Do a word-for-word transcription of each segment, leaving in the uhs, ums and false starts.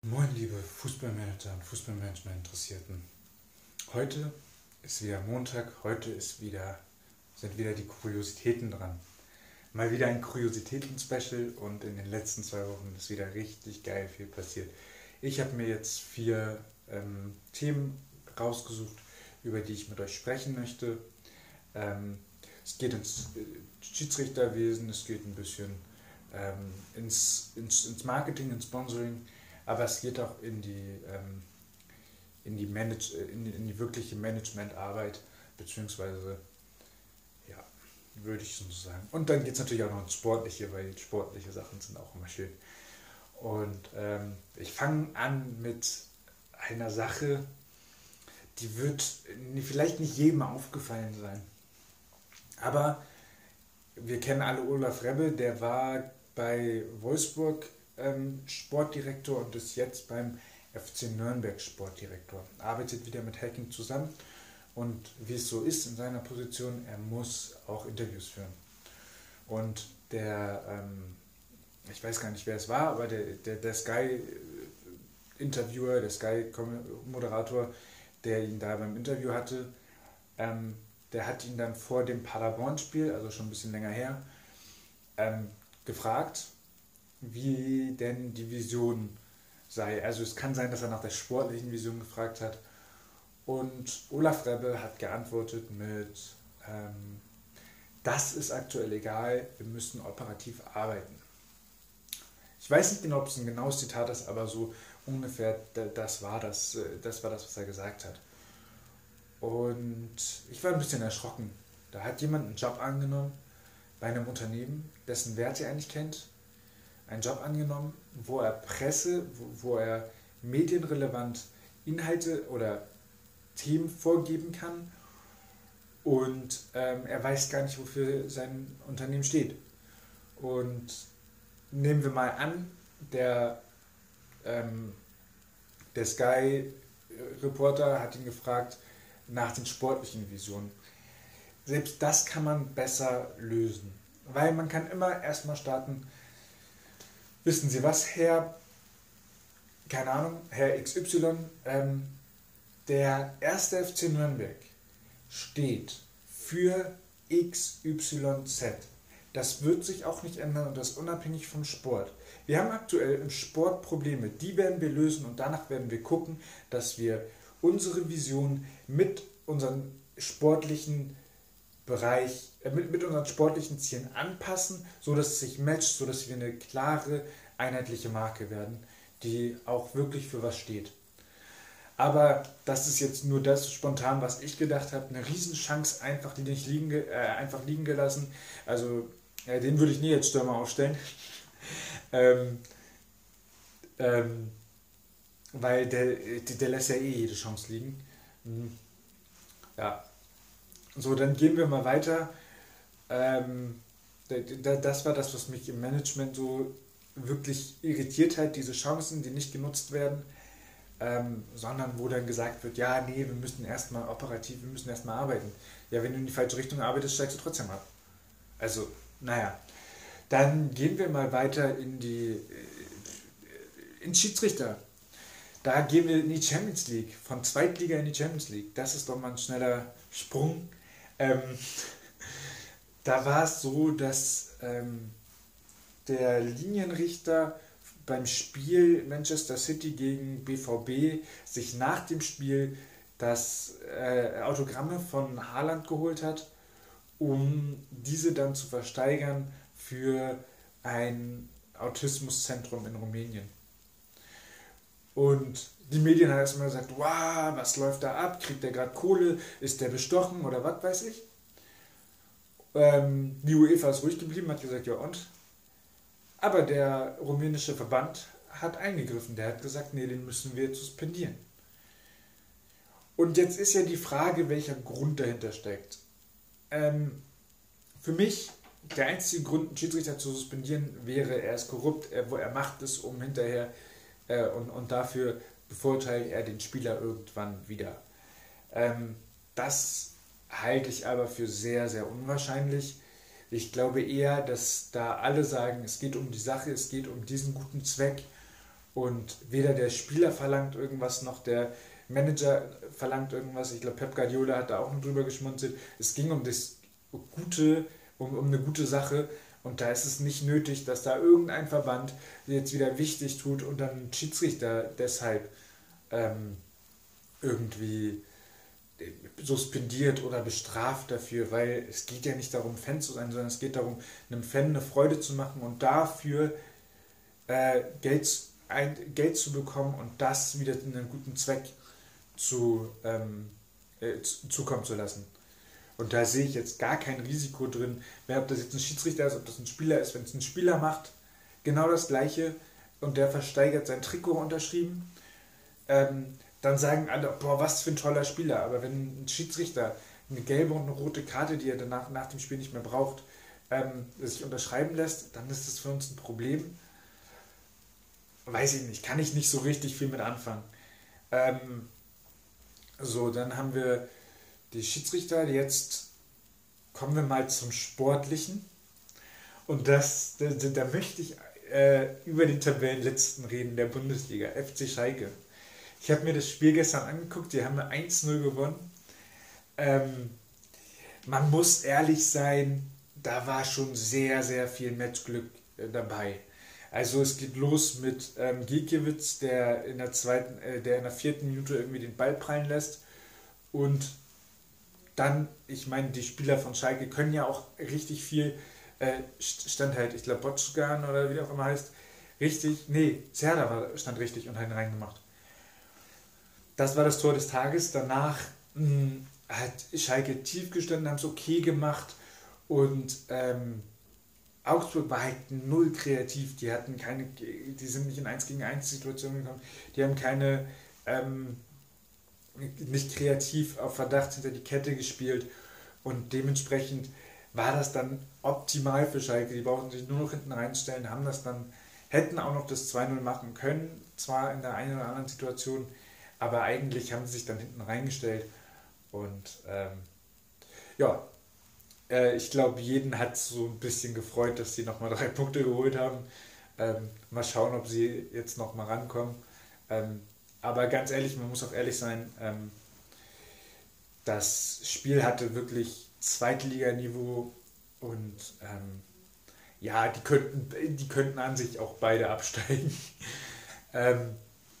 Moin, liebe Fußballmanager und Fußballmanagement-Interessierten. Heute ist wieder Montag, heute ist wieder, sind wieder die Kuriositäten dran. Mal wieder ein Kuriositäten-Special und in den letzten zwei Wochen ist wieder richtig geil viel passiert. Ich habe mir jetzt vier ähm, Themen rausgesucht, über die ich mit euch sprechen möchte. Ähm, es geht ins äh, Schiedsrichterwesen, es geht ein bisschen ähm, ins, ins, ins Marketing, ins Sponsoring, aber es geht auch in die, ähm, in die, Manage, in, die, in die wirkliche Managementarbeit, beziehungsweise, ja, würde ich so sagen. Und dann geht es natürlich auch noch ins Sportliche, weil sportliche Sachen sind auch immer schön. Und ähm, ich fange an mit einer Sache, die wird vielleicht nicht jedem aufgefallen sein. Aber wir kennen alle Olaf Rebbe, der war bei Wolfsburg ähm, Sportdirektor und ist jetzt beim F C Nürnberg Sportdirektor. Arbeitet wieder mit Hacking zusammen und wie es so ist in seiner Position, er muss auch Interviews führen. Und der, ähm, ich weiß gar nicht wer es war, aber der, der, der Sky-Interviewer, der Sky-Moderator, der ihn da beim Interview hatte, ähm, der hat ihn dann vor dem Paderborn-Spiel, also schon ein bisschen länger her, ähm, gefragt, wie denn die Vision sei. Also es kann sein, dass er nach der sportlichen Vision gefragt hat. Und Olaf Rebbe hat geantwortet mit, ähm, das ist aktuell egal, wir müssen operativ arbeiten. Ich weiß nicht genau, ob es ein genaues Zitat ist, aber so ungefähr das war das, das war das, was er gesagt hat. Und ich war ein bisschen erschrocken. Da hat jemand einen Job angenommen bei einem Unternehmen, dessen Werte er eigentlich kennt. Einen Job angenommen, wo er Presse, wo, wo er medienrelevant Inhalte oder Themen vorgeben kann. Und ähm, er weiß gar nicht, wofür sein Unternehmen steht. Und nehmen wir mal an, der, ähm, der Sky-Reporter hat ihn gefragt, nach den sportlichen Visionen. Selbst das kann man besser lösen. Weil man kann immer erstmal starten, wissen Sie was, Herr, keine Ahnung, Herr X Y, ähm, der erste F C Nürnberg steht für X Y Z. Das wird sich auch nicht ändern und das unabhängig vom Sport. Wir haben aktuell im Sport Probleme, die werden wir lösen und danach werden wir gucken, dass wir unsere Vision mit unseren sportlichen Bereich, äh, mit, mit unseren sportlichen Zielen anpassen, so dass es sich matcht, so dass wir eine klare, einheitliche Marke werden, die auch wirklich für was steht. Aber das ist jetzt nur das spontan, was ich gedacht habe. Eine Riesenchance einfach, die nicht liegen, äh, einfach liegen gelassen. Also äh, den würde ich nie als Stürmer aufstellen. ähm, ähm, weil der, der lässt ja eh jede Chance liegen. Mhm. Ja, so, dann gehen wir mal weiter. Ähm, das war das, was mich im Management so wirklich irritiert hat, diese Chancen, die nicht genutzt werden, ähm, sondern wo dann gesagt wird, ja, nee, wir müssen erstmal operativ, wir müssen erstmal arbeiten. Ja, wenn du in die falsche Richtung arbeitest, steigst du trotzdem ab. Also, naja. Dann gehen wir mal weiter in die äh, in Schiedsrichter. Da gehen wir in die Champions League, von Zweitliga in die Champions League. Das ist doch mal ein schneller Sprung. Ähm, da war es so, dass ähm, der Linienrichter beim Spiel Manchester City gegen B V B sich nach dem Spiel das äh, Autogramme von Haaland geholt hat, um diese dann zu versteigern für ein Autismuszentrum in Rumänien. Und die Medien haben erstmal gesagt, wow, was läuft da ab? Kriegt der gerade Kohle? Ist der bestochen oder was weiß ich? Ähm, die UEFA ist ruhig geblieben, hat gesagt, ja und? Aber der rumänische Verband hat eingegriffen. Der hat gesagt, nee, den müssen wir jetzt suspendieren. Und jetzt ist ja die Frage, welcher Grund dahinter steckt. Ähm, für mich, der einzige Grund, einen Schiedsrichter zu suspendieren, wäre, er ist korrupt, er, er macht es, um hinterher äh, und, und dafür bevorteilt er den Spieler irgendwann wieder. Ähm, das halte ich aber für sehr, sehr unwahrscheinlich. Ich glaube eher, dass da alle sagen, es geht um die Sache, es geht um diesen guten Zweck Und weder der Spieler verlangt irgendwas, noch der Manager verlangt irgendwas. Ich glaube, Pep Guardiola hat da auch noch drüber geschmunzelt. Es ging um das Gute, um, um eine gute Sache. Und da ist es nicht nötig, dass da irgendein Verband jetzt wieder wichtig tut und dann ein Schiedsrichter deshalb ähm, irgendwie suspendiert oder bestraft dafür, weil es geht ja nicht darum, Fan zu sein, sondern es geht darum, einem Fan eine Freude zu machen und dafür äh, Geld, ein, Geld zu bekommen und das wieder in einen guten Zweck zu, ähm, äh, zukommen zu lassen. Und da sehe ich jetzt gar kein Risiko drin, ob das jetzt ein Schiedsrichter ist, ob das ein Spieler ist. Wenn es ein Spieler macht, genau das Gleiche und der versteigert sein Trikot unterschrieben, ähm, dann sagen alle, boah, was für ein toller Spieler. Aber wenn ein Schiedsrichter eine gelbe und eine rote Karte, die er danach nach dem Spiel nicht mehr braucht, ähm, sich unterschreiben lässt, dann ist das für uns ein Problem. Weiß ich nicht, kann ich nicht so richtig viel mit anfangen. Ähm, so, dann haben wir die Schiedsrichter. Jetzt kommen wir mal zum Sportlichen. Und das, da, da möchte ich äh, über den Tabellenletzten reden, der Bundesliga, F C Schalke. Ich habe mir das Spiel gestern angeguckt, die haben eins null gewonnen. Ähm, man muss ehrlich sein, da war schon sehr, sehr viel Matchglück äh, dabei. Also es geht los mit ähm, Gikiewicz, der in der zweiten, äh, der in der vierten Minute irgendwie den Ball prallen lässt. Und dann, ich meine, die Spieler von Schalke können ja auch richtig viel äh, stand halt, ich glaube Botschgan oder wie der auch immer heißt, richtig, nee, Serda war, stand richtig und hat ihn reingemacht. Das war das Tor des Tages. Danach mh, hat Schalke tief gestanden, haben es okay gemacht und ähm, Augsburg war halt null kreativ. Die hatten keine, die sind nicht in eins gegen eins Situationen gekommen. Die haben keine, ähm, nicht kreativ auf Verdacht hinter die Kette gespielt und dementsprechend war das dann optimal für Schalke. Die brauchten sich nur noch hinten reinstellen, haben das dann, hätten auch noch das zwei null machen können, zwar in der einen oder anderen Situation, aber eigentlich haben sie sich dann hinten reingestellt und ähm, ja, äh, ich glaube, jeden hat so ein bisschen gefreut, dass sie nochmal drei Punkte geholt haben. Ähm, mal schauen, ob sie jetzt nochmal rankommen. Ähm, aber ganz ehrlich, man muss auch ehrlich sein, ähm, das Spiel hatte wirklich Zweitliganiveau und ähm, ja, die könnten, die könnten an sich auch beide absteigen. ähm,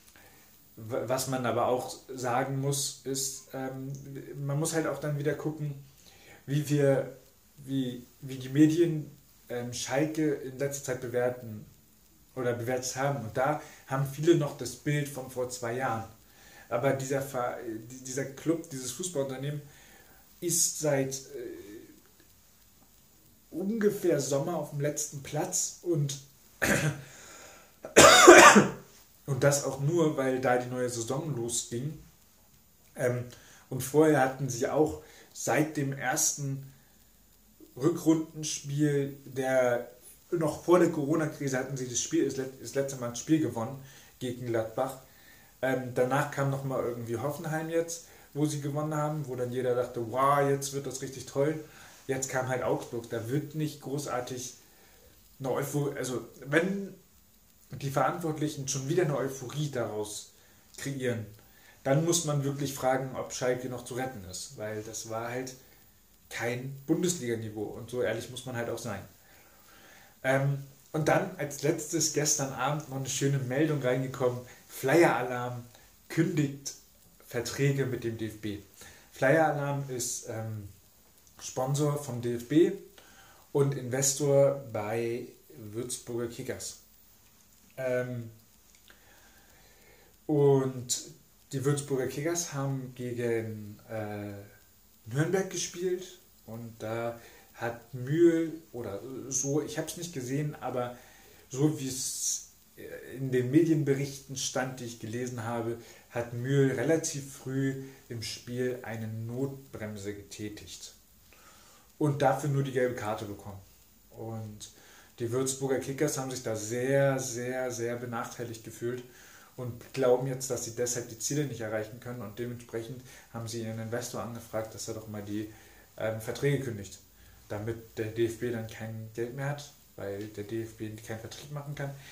Was man aber auch sagen muss, ist, ähm, man muss halt auch dann wieder gucken, wie wir, wie, wie die Medien ähm, Schalke in letzter Zeit bewerten oder bewertet haben. Und da haben viele noch das Bild von vor zwei Jahren. Aber dieser, dieser Club, dieses Fußballunternehmen ist seit äh, ungefähr Sommer auf dem letzten Platz und Und das auch nur, weil da die neue Saison losging. Ähm, und vorher hatten sie auch seit dem ersten Rückrundenspiel, der noch vor der Corona-Krise hatten sie das Spiel, das letzte Mal ein Spiel gewonnen gegen Gladbach. Ähm, danach kam nochmal irgendwie Hoffenheim jetzt, wo sie gewonnen haben, wo dann jeder dachte, wow, jetzt wird das richtig toll. Jetzt kam halt Augsburg, da wird nicht großartig eine Euphorie, also wenn die Verantwortlichen schon wieder eine Euphorie daraus kreieren, dann muss man wirklich fragen, ob Schalke noch zu retten ist, weil das war halt kein Bundesliga-Niveau und so ehrlich muss man halt auch sein. Ähm, und dann als letztes gestern Abend noch eine schöne Meldung reingekommen, Flyer-Alarm kündigt Verträge mit dem D F B. Flyer-Alarm ist ähm, Sponsor vom D F B und Investor bei Würzburger Kickers. Ähm, und die Würzburger Kickers haben gegen äh, Nürnberg gespielt und da hat Mühl oder so, ich habe es nicht gesehen, aber so wie es in den Medienberichten stand, die ich gelesen habe, hat Mühl relativ früh im Spiel eine Notbremse getätigt und dafür nur die gelbe Karte bekommen. Und die Würzburger Kickers haben sich da sehr, sehr, sehr benachteiligt gefühlt und glauben jetzt, dass sie deshalb die Ziele nicht erreichen können und dementsprechend haben sie ihren Investor angefragt, dass er doch mal die ähm, Verträge kündigt, damit der D F B dann kein Geld mehr hat, weil der D F B keinen Vertrieb machen kann.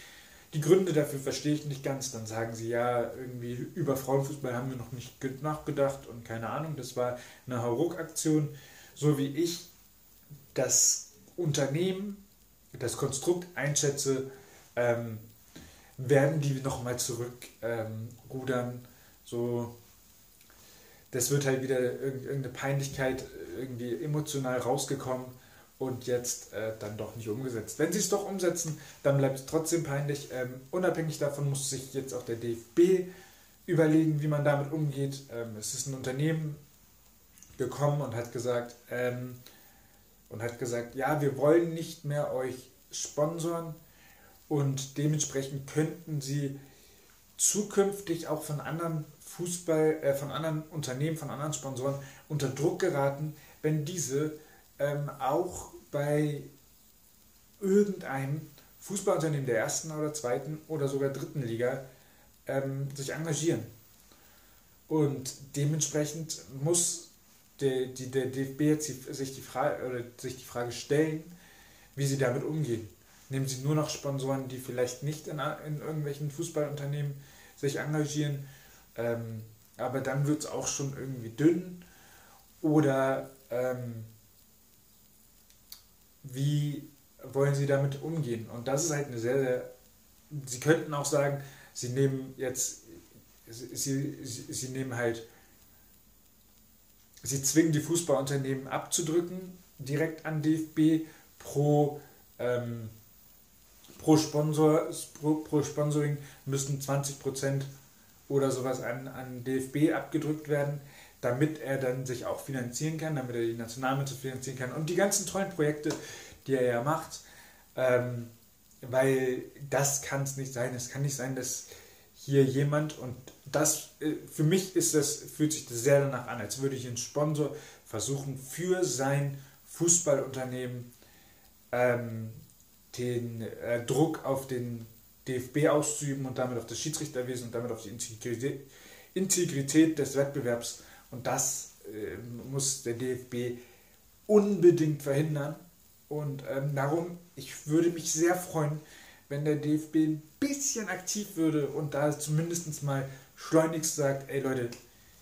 Die Gründe dafür verstehe ich nicht ganz. Dann sagen sie, ja, irgendwie über Frauenfußball haben wir noch nicht nachgedacht und keine Ahnung, das war eine Hauruck-Aktion. So wie ich das Unternehmen, das Konstrukt einschätze, ähm, werden die nochmal zurückrudern. Ähm, so, das wird halt wieder irgendeine Peinlichkeit irgendwie emotional rausgekommen und jetzt äh, dann doch nicht umgesetzt. Wenn sie es doch umsetzen, dann bleibt es trotzdem peinlich. Ähm, unabhängig davon muss sich jetzt auch der D F B überlegen, wie man damit umgeht. Ähm, es ist ein Unternehmen gekommen und hat gesagt, ähm, und hat gesagt, ja, wir wollen nicht mehr euch sponsoren und dementsprechend könnten sie zukünftig auch von anderen Fußball, äh, von anderen Unternehmen, von anderen Sponsoren unter Druck geraten, wenn diese ähm, auch bei irgendeinem Fußballunternehmen der ersten oder zweiten oder sogar dritten Liga ähm, sich engagieren. Und dementsprechend muss der, die, der D F B jetzt die, sich, die Frage, oder sich die Frage stellen, wie sie damit umgehen. Nehmen sie nur noch Sponsoren, die vielleicht nicht in, in irgendwelchen Fußballunternehmen sich engagieren, ähm, aber dann wird es auch schon irgendwie dünn. Oder ähm, wie wollen sie damit umgehen? Und das ist halt eine sehr, sehr... Sie könnten auch sagen, sie nehmen jetzt... Sie, sie, sie nehmen halt... Sie zwingen die Fußballunternehmen abzudrücken, direkt an D F B pro... Ähm, Pro, Sponsor, pro, pro Sponsoring müssen zwanzig Prozent oder sowas an, an D F B abgedrückt werden, damit er dann sich auch finanzieren kann, damit er die Nationalmannschaft finanzieren kann und die ganzen tollen Projekte, die er ja macht, ähm, weil das kann es nicht sein. Es kann nicht sein, dass hier jemand, und das, für mich ist das, fühlt sich das sehr danach an, als würde ich einen Sponsor versuchen, für sein Fußballunternehmen ähm, den äh, Druck auf den D F B auszuüben und damit auf das Schiedsrichterwesen und damit auf die Integrität, Integrität des Wettbewerbs. Und das äh, muss der D F B unbedingt verhindern. Und ähm, darum, ich würde mich sehr freuen, wenn der D F B ein bisschen aktiv würde und da zumindest mal schleunigst sagt, ey Leute,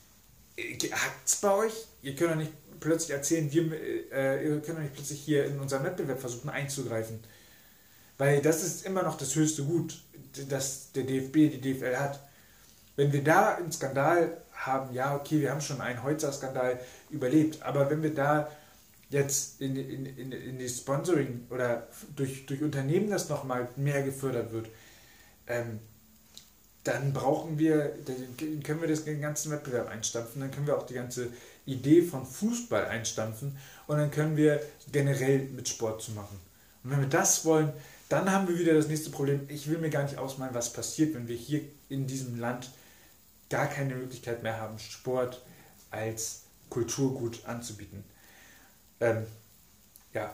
hackt's bei euch? Ihr könnt doch nicht plötzlich erzählen, wir, äh, ihr könnt doch nicht plötzlich hier in unseren Wettbewerb versuchen einzugreifen. Weil das ist immer noch das höchste Gut, das der D F B, die D F L hat. Wenn wir da einen Skandal haben, ja okay, wir haben schon einen Holzer-Skandal überlebt, aber wenn wir da jetzt in, in, in, in die Sponsoring oder durch, durch Unternehmen das nochmal mehr gefördert wird, ähm, dann brauchen wir, dann können wir das den ganzen Wettbewerb einstampfen, dann können wir auch die ganze Idee von Fußball einstampfen und dann können wir generell mit Sport zu machen. Und wenn wir das wollen, dann haben wir wieder das nächste Problem. Ich will mir gar nicht ausmalen, was passiert, wenn wir hier in diesem Land gar keine Möglichkeit mehr haben, Sport als Kulturgut anzubieten. Ähm, ja,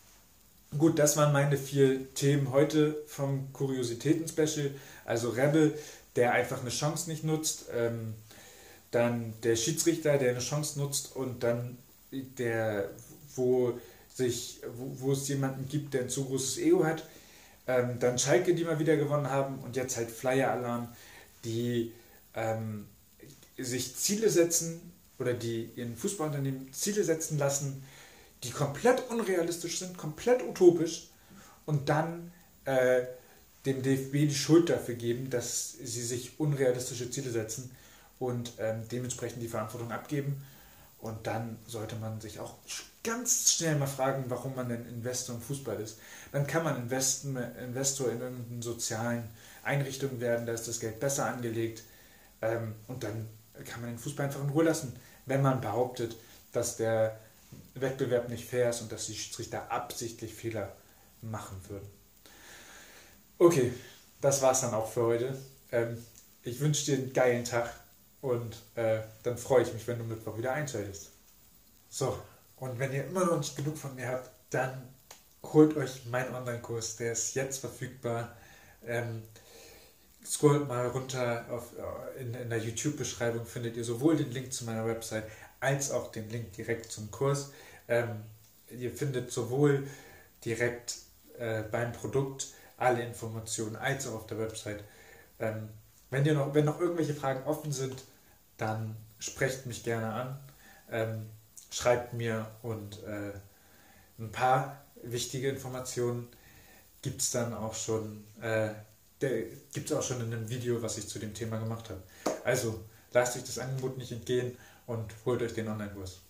gut, das waren meine vier Themen heute vom Kuriositäten-Special. Also Rebel, der einfach eine Chance nicht nutzt, ähm, dann der Schiedsrichter, der eine Chance nutzt und dann der, wo, sich, wo, wo es jemanden gibt, der ein zu großes Ego hat. Ähm, dann Schalke, die mal wieder gewonnen haben und jetzt halt Flyer-Alarm, die ähm, sich Ziele setzen oder die ihren Fußballunternehmen Ziele setzen lassen, die komplett unrealistisch sind, komplett utopisch und dann äh, dem D F B die Schuld dafür geben, dass sie sich unrealistische Ziele setzen und ähm, dementsprechend die Verantwortung abgeben. Und dann sollte man sich auch ganz schnell mal fragen, warum man denn Investor im Fußball ist. Dann kann man Investen, Investor in irgendeinen sozialen Einrichtungen werden, da ist das Geld besser angelegt ähm, und dann kann man den Fußball einfach in Ruhe lassen, wenn man behauptet, dass der Wettbewerb nicht fair ist und dass die Schiedsrichter absichtlich Fehler machen würden. Okay, das war's dann auch für heute. Ähm, ich wünsche dir einen geilen Tag und äh, dann freue ich mich, wenn du Mittwoch wieder einschaltest. So, und wenn ihr immer noch nicht genug von mir habt, dann holt euch meinen Online-Kurs, der ist jetzt verfügbar. Ähm, scrollt mal runter auf, in, in der YouTube-Beschreibung, findet ihr sowohl den Link zu meiner Website als auch den Link direkt zum Kurs. Ähm, ihr findet sowohl direkt äh, beim Produkt alle Informationen, als auch auf der Website. Ähm, wenn, dir noch, wenn noch irgendwelche Fragen offen sind, dann sprecht mich gerne an, ähm, schreibt mir und äh, ein paar wichtige Informationen gibt es dann auch schon, äh, gibt es auch schon in einem Video, was ich zu dem Thema gemacht habe. Also lasst euch das Angebot nicht entgehen und holt euch den Online-Kurs.